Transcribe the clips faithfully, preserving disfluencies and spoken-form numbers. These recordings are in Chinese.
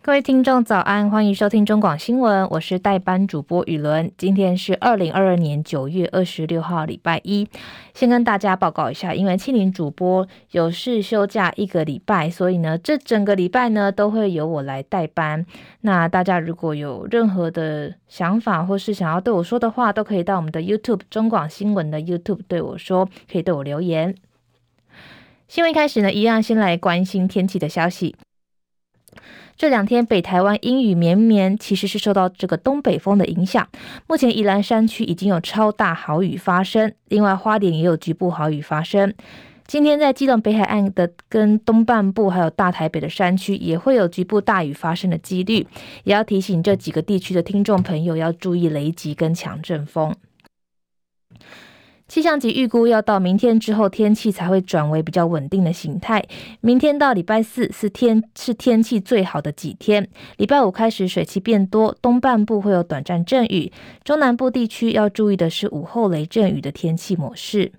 各位听众早安，欢迎收听中广新闻，我是代班主播雨伦。今天是二零二二年九月二十六号礼拜一，先跟大家报告一下，因为庆龄主播有事休假一个礼拜，所以呢这整个礼拜呢都会由我来代班。那大家如果有任何的想法或是想要对我说的话，都可以到我们的 YouTube 中广新闻的 YouTube 对我说，可以对我留言。新闻一开始呢，一样先来关心天气的消息。这两天北台湾阴雨绵绵，其实是受到这个东北风的影响。目前宜兰山区已经有超大豪雨发生，另外花莲也有局部豪雨发生。今天在基隆北海岸的跟东半部还有大台北的山区也会有局部大雨发生的几率，也要提醒这几个地区的听众朋友要注意雷击跟强阵风。气象局预估要到明天之后天气才会转为比较稳定的形态，明天到礼拜四是天是天气最好的几天，礼拜五开始水汽变多，东半部会有短暂阵雨，中南部地区要注意的是午后雷阵雨的天气模式。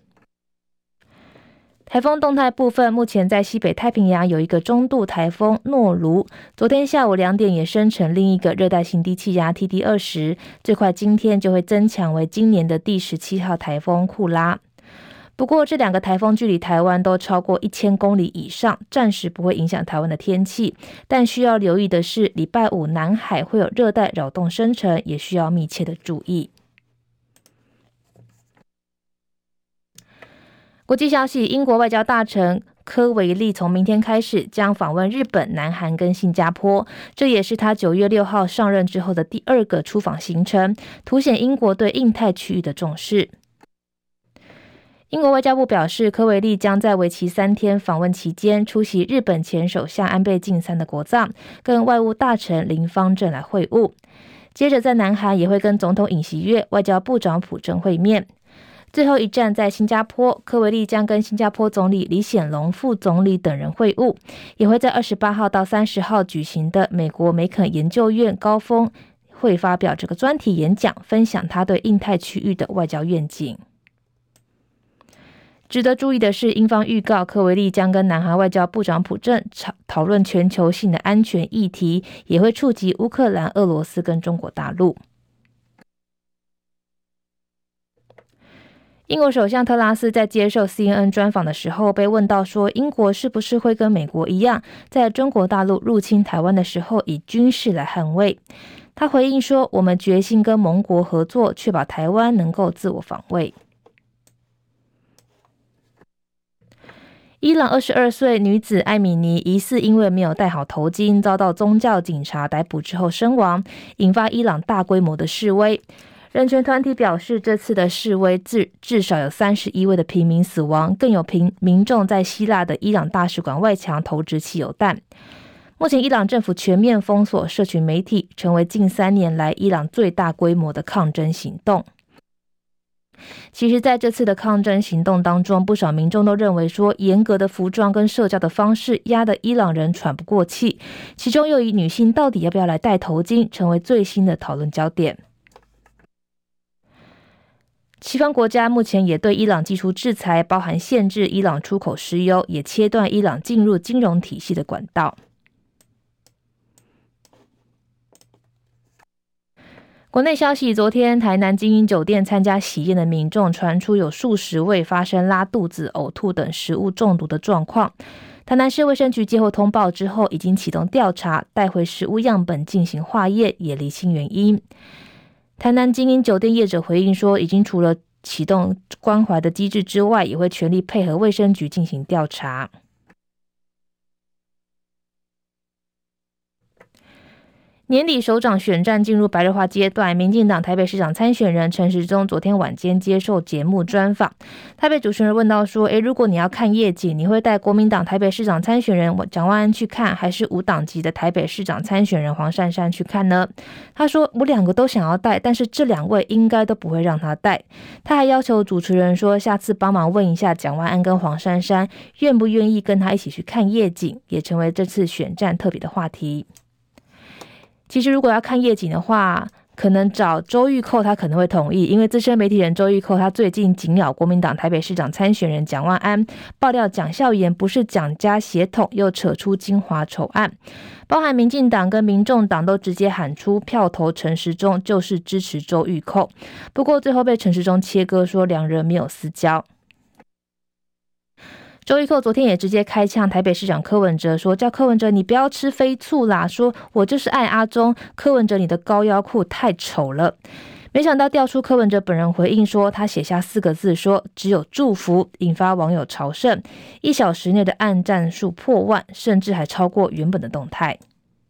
台风动态部分，目前在西北太平洋有一个中度台风诺卢，昨天下午两点也生成另一个热带性低气压 T D 二十， 最快今天就会增强为今年的第十七号台风库拉。不过这两个台风距离台湾都超过一千公里以上，暂时不会影响台湾的天气，但需要留意的是礼拜五南海会有热带扰动生成，也需要密切的注意。国际消息，英国外交大臣科维利从明天开始将访问日本、南韩跟新加坡，这也是他九月六号上任之后的第二个出访行程，凸显英国对印太区域的重视。英国外交部表示，科维利将在为期三天访问期间出席日本前首相安倍晋三的国葬，跟外务大臣林芳正来会晤。接着在南韩也会跟总统尹锡悦、外交部长朴正会面。最后一站在新加坡，科维利将跟新加坡总理李显龙副总理等人会晤，也会在二十八号到三十号举行的美国梅肯研究院高峰会发表这个专题演讲，分享他对印太区域的外交愿景。值得注意的是，英方预告科维利将跟南韩外交部长朴正讨论全球性的安全议题，也会触及乌克兰、俄罗斯跟中国大陆。英国首相特拉斯在接受 C N N 专访的时候被问到说，英国是不是会跟美国一样，在中国大陆入侵台湾的时候以军事来捍卫。他回应说，我们决心跟盟国合作，确保台湾能够自我防卫。伊朗二十二岁女子艾米尼疑似因为没有戴好头巾，遭到宗教警察逮捕之后身亡，引发伊朗大规模的示威。人权团体表示，这次的示威 至, 至少有三十一位的平民死亡，更有平民众在希腊的伊朗大使馆外墙投掷汽油弹。目前伊朗政府全面封锁社群媒体，成为近三年来伊朗最大规模的抗争行动。其实在这次的抗争行动当中，不少民众都认为说，严格的服装跟社交的方式压得伊朗人喘不过气，其中又以女性到底要不要来戴头巾成为最新的讨论焦点。西方国家目前也对伊朗祭出制裁，包含限制伊朗出口石油，也切断伊朗进入金融体系的管道。国内消息，昨天台南精英酒店参加喜宴的民众传出有数十位发生拉肚子、呕吐等食物中毒的状况。台南市卫生局接获通报之后，已经启动调查，带回食物样本进行化验，也厘清原因。台南精英酒店业者回应说，已经除了启动关怀的机制之外，也会全力配合卫生局进行调查。年底首长选战进入白热化阶段，民进党台北市长参选人陈时中昨天晚间接受节目专访，他被主持人问到说，诶，如果你要看夜景，你会带国民党台北市长参选人蒋万安去看，还是无党籍的台北市长参选人黄珊珊去看呢？他说，我两个都想要带，但是这两位应该都不会让他带。他还要求主持人说，下次帮忙问一下蒋万安跟黄珊珊愿不愿意跟他一起去看夜景，也成为这次选战特别的话题。其实如果要看夜景的话， 可能找周玉蔻他可能会同意，因为资深媒体人周玉蔻他最近紧咬国民党台北市长参选人蒋万安，爆料蒋孝严不是蒋家血统，又扯出金华丑案，包含民进党跟民众党都直接喊出票投陈时中就是支持周玉蔻，不过最后被陈时中切割说两人没有私交。周玉蔻昨天也直接开呛台北市长柯文哲，说叫柯文哲你不要吃飞醋啦，说我就是爱阿中，柯文哲你的高腰裤太丑了。没想到调出柯文哲本人回应说，他写下四个字说只有祝福，引发网友朝圣，一小时内的按赞数破万，甚至还超过原本的动态。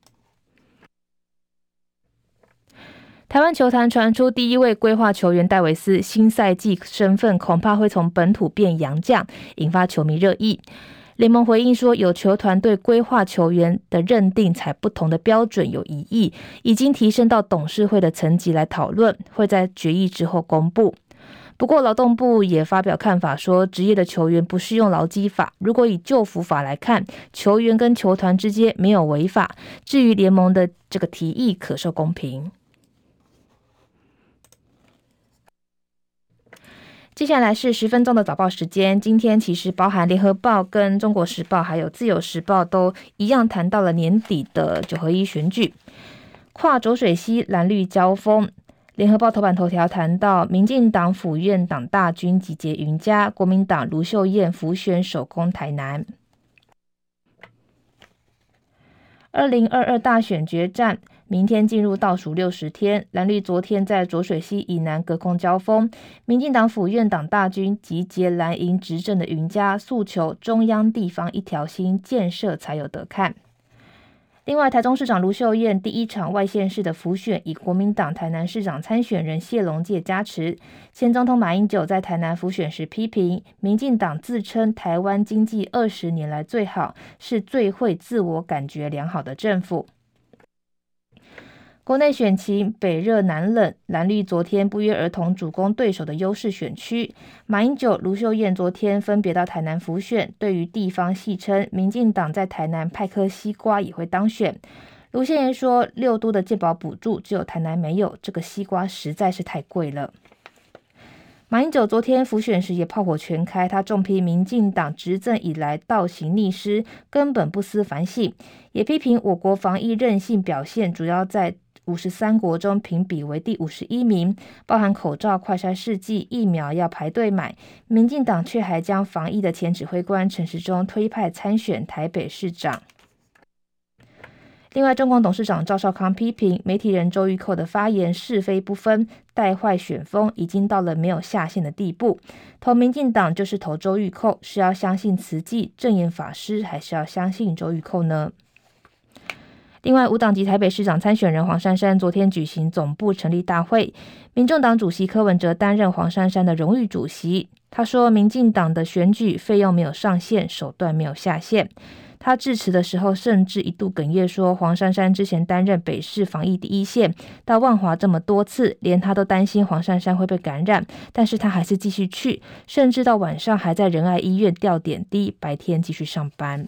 台湾球坛传出第一位归化球员戴维斯新赛季身份恐怕会从本土变洋将，引发球迷热议。联盟回应说，有球团对归化球员的认定采不同的标准有疑义，已经提升到董事会的层级来讨论，会在决议之后公布。不过劳动部也发表看法说，职业的球员不适用劳基法，如果以就服法来看，球员跟球团之间没有违法，至于联盟的这个提议可受公平。接下来是十分钟的早报时间，今天其实包含联合报跟中国时报还有自由时报都一样谈到了年底的九合一选举，跨浊水溪蓝绿交锋。联合报头版头条谈到民进党府院党大军集结云嘉，国民党卢秀燕辅选首攻台南。二零二二大选决战明天进入倒数六十天，蓝绿昨天在浊水溪以南隔空交锋，民进党府院党大军集结蓝营执政的云嘉，诉求中央地方一条心，建设才有得看。另外，台中市长卢秀燕第一场外县市的辅选以国民党台南市长参选人谢龙介加持，前总统马英九在台南辅选时批评民进党自称台湾经济二十年来最好，是最会自我感觉良好的政府。国内选情北热南冷，蓝绿昨天不约而同主攻对手的优势选区，马英九、卢秀燕昨天分别到台南辅选，对于地方戏称民进党在台南派颗西瓜也会当选。卢秀燕说，六都的健保补助只有台南没有，这个西瓜实在是太贵了。马英九昨天辅选时也炮火全开，他重批民进党执政以来倒行逆施，根本不思反省，也批评我国防疫韧性表现主要在五十三国中评比为第五十一名，包含口罩、快筛试剂、疫苗要排队买，民进党却还将防疫的前指挥官陈时中推派参选台北市长。另外，中共董事长赵少康批评媒体人周玉蔻的发言是非不分，带坏选风，已经到了没有下限的地步。投民进党就是投周玉蔻，是要相信慈济正言法师，还是要相信周玉蔻呢？另外，无党籍台北市长参选人黄珊珊昨天举行总部成立大会，民众党主席柯文哲担任黄珊珊的荣誉主席。他说，民进党的选举费用没有上限，手段没有下限。他致辞的时候甚至一度哽咽说，黄珊珊之前担任北市防疫第一线，到万华这么多次，连他都担心黄珊珊会被感染，但是他还是继续去，甚至到晚上还在仁爱医院吊点滴，白天继续上班。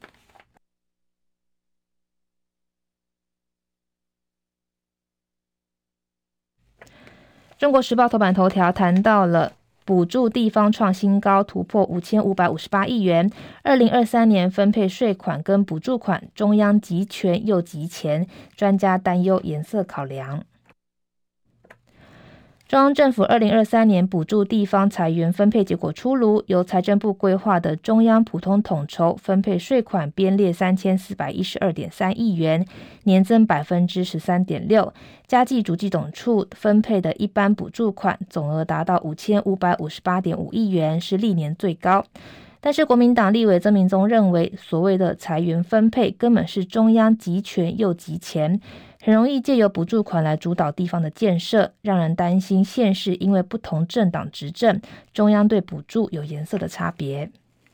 中国时报头版头条谈到了补助地方创新高，突破五千五百五十八亿元。二零二三年分配税款跟补助款，中央集权又集钱，专家担忧颜色考量。中央政府二零二三年补助地方财源分配结果出炉，由财政部规划的中央普通统筹分配税款编列三千四百一十二点三亿元，年增百分之十三点六。加计主计总处分配的一般补助款总额达到五千五百五十八点五亿元，是历年最高。但是国民党立委曾明宗认为，所谓的财源分配根本是中央集权又集钱，很容易借由补助款来主导地方的建设，让人担心县市因为不同政党执政，中央对补助有颜色的差别。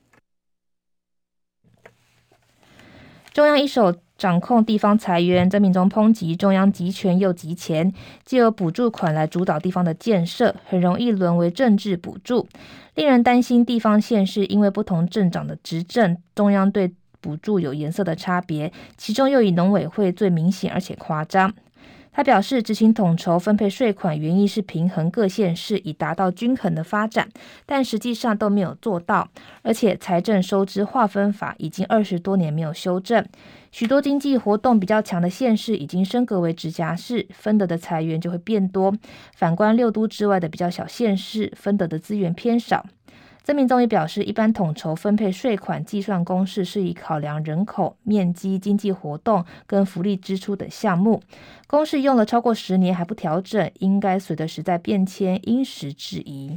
中央一手掌控地方财源，曾明宗抨击中央集权又集钱，借由补助款来主导地方的建设，很容易沦为政治补助，令人担心地方县市因为不同政党的执政，中央对补助有颜色的差别，其中又以农委会最明显而且夸张。 他表示，执行统筹分配税款原意是平衡各县市，以达到均衡的发展，但实际上都没有做到，而且财政收支划分法已经二十多年没有修正，许多经济活动比较强的县市已经升格为直辖市，分得的财源就会变多，反观六都之外的比较小县市，分得的资源偏少。曾明宗也表示，一般统筹分配税款计算公式是以考量人口、面积、经济活动跟福利支出等项目，公式用了超过十年还不调整，应该随着时代变迁因时制宜。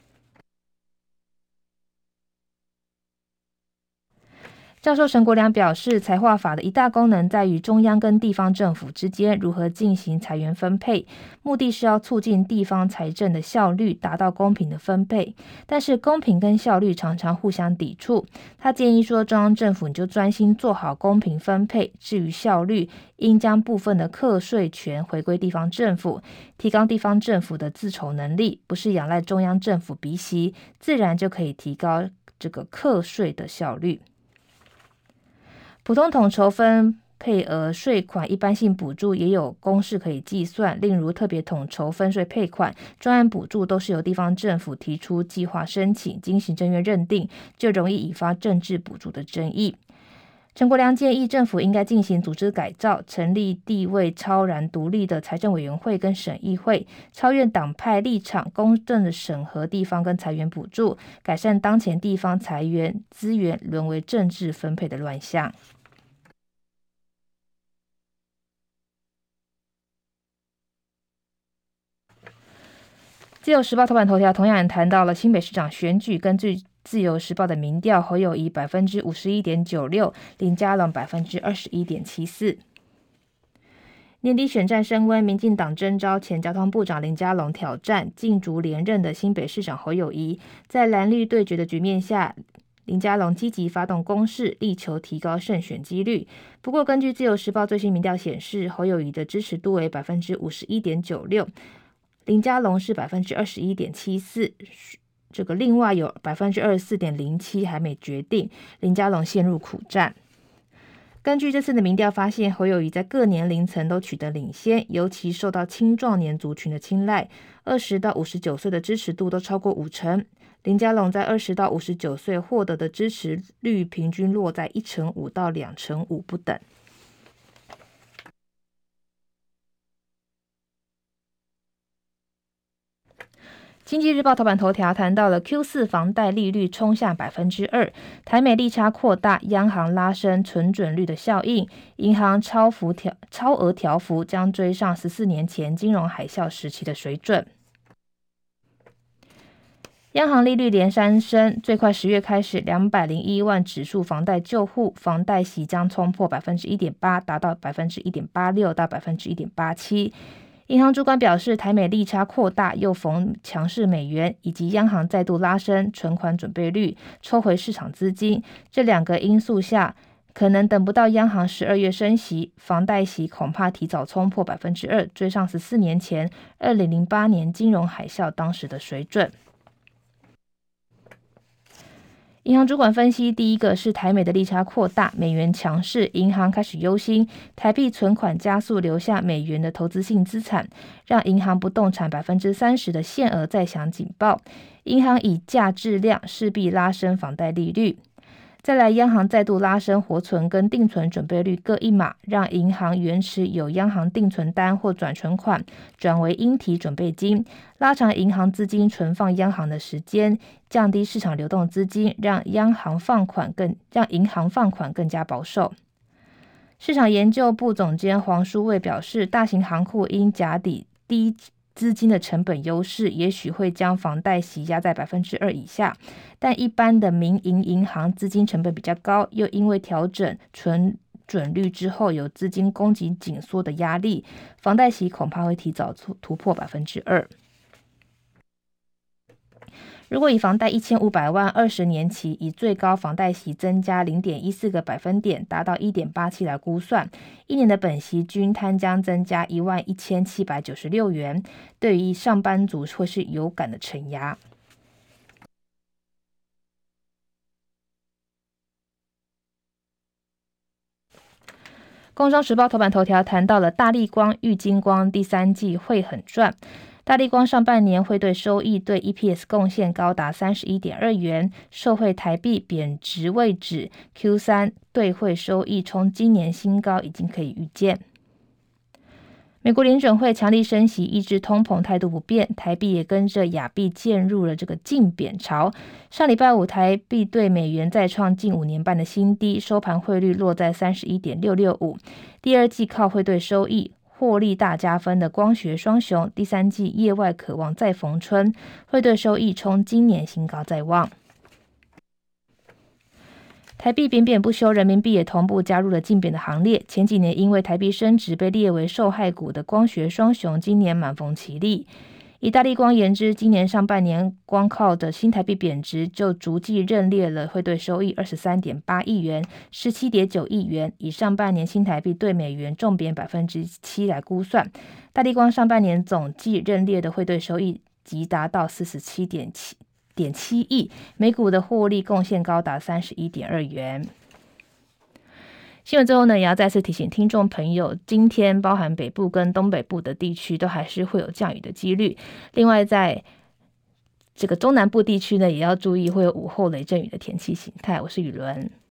教授陈国良表示，财划法的一大功能在于中央跟地方政府之间如何进行财源分配，目的是要促进地方财政的效率，达到公平的分配。但是公平跟效率常常互相抵触。他建议说，中央政府你就专心做好公平分配，至于效率，应将部分的课税权回归地方政府，提高地方政府的自筹能力，不是仰赖中央政府鼻息，自然就可以提高这个课税的效率。普通统筹分配额税款一般性补助也有公式可以计算，例如特别统筹分税配款、专案补助都是由地方政府提出计划申请，经行政院认定，就容易引发政治补助的争议。陈国良建议政府应该进行组织改造，成立地位超然独立的财政委员会跟审议会，超越党派立场，公正的审核地方跟财源补助，改善当前地方财源资源沦为政治分配的乱象。自由时报头版头条同样谈到了新北市长选举，根据自由时报的民调，侯友宜百分之五十一点九六，林佳龙百分之二十一点七四。年底选战升温，民进党征召前交通部长林佳龙挑战竞逐连任的新北市长侯友宜，在蓝绿对决的局面下，林佳龙积极发动攻势，力求提高胜选几率。不过，根据自由时报最新民调显示，侯友宜的支持度为百分之五十一点九六。林佳龙是百分之二十一点七四，这个另外有百分之二十四点零七还没决定，林佳龙陷入苦战。根据这次的民调发现，侯友宜在各年龄层都取得领先，尤其受到青壮年族群的青睐，二十到五十九岁的支持度都超过五成。林佳龙在二十到五十九岁获得的支持率平均落在一成五到两成五不等。经济日报头版头条谈到了 Q 四 房贷利率冲下 百分之二， 台美利差扩大，央行拉升存准率的效应，银行超幅调超额调幅将追上十四年前金融海啸时期的水准。央行利率连三升，最快十月开始两百零一万指数房贷救护，房贷息将冲破 百分之一点八， 达到 百分之一点八六 到 百分之一点八七。银行主管表示，台美利差扩大，又逢强势美元，以及央行再度拉升存款准备率，抽回市场资金，这两个因素下，可能等不到央行十二月升息，房贷息恐怕提早冲破 百分之二， 追上十四年前二零零八年金融海啸当时的水准。银行主管分析，第一个是台美的利差扩大，美元强势，银行开始忧心台币存款加速留下美元的投资性资产，让银行不动产 百分之三十 的限额再响警报，银行以价质量势必拉升房贷利率。再来，央行再度拉升活存跟定存准备率各一码，让银行原持有央行定存单或转存款转为应提准备金，拉长银行资金存放央行的时间，降低市场流动资金，让央行放款更让银行放款更加保守。市场研究部总监黄书卫表示，大型行库因假抵低资金的成本优势，也许会将房贷息压在 百分之二 以下，但一般的民营银行资金成本比较高，又因为调整存准率之后有资金供给紧缩的压力，房贷息恐怕会提早突破 百分之二。如果以房贷一千五百万二十年期，以最高房贷息增加 零点一四 个百分点，达到 一点八七 来估算，一年的本息均摊将增加一万一千七百九十六元，对于上班族会是有感的承压。 工商时报头版头条谈到了大立光、玉晶光第三季会很赚。大立光上半年汇兑收益对 E P S 贡献高达 三十一点二元，受惠台币贬值未止 Q 三 兑汇收益冲今年新高已经可以预见。美国联准会强力升息抑制通膨态度不变，台币也跟着亚币渐入了这个净贬潮。上礼拜五台币对美元再创近五年半的新低，收盘汇率落在 三十一点六六五。第二季靠汇兑收益获利大加分的光学双雄，第三季业外可望再逢春，汇兑收益冲今年新高在望。台币贬贬不休，人民币也同步加入了竞贬的行列。前几年因为台币升值被列为受害股的光学双雄，今年满逢其利。以大立光言之，今年上半年光靠的新台币贬值，就逐季认列了汇兑收益 二十三点八亿元、十七点九亿元，以上半年新台币对美元重贬 百分之七 来估算，大立光上半年总计认列的汇兑收益即达到 四十七点七亿，每股的获利贡献高达 三十一点二元。新闻最后呢，也要再次提醒听众朋友，今天包含北部跟东北部的地区都还是会有降雨的几率。另外，在这个中南部地区呢，也要注意会有午后雷阵雨的天气形态。我是雨伦。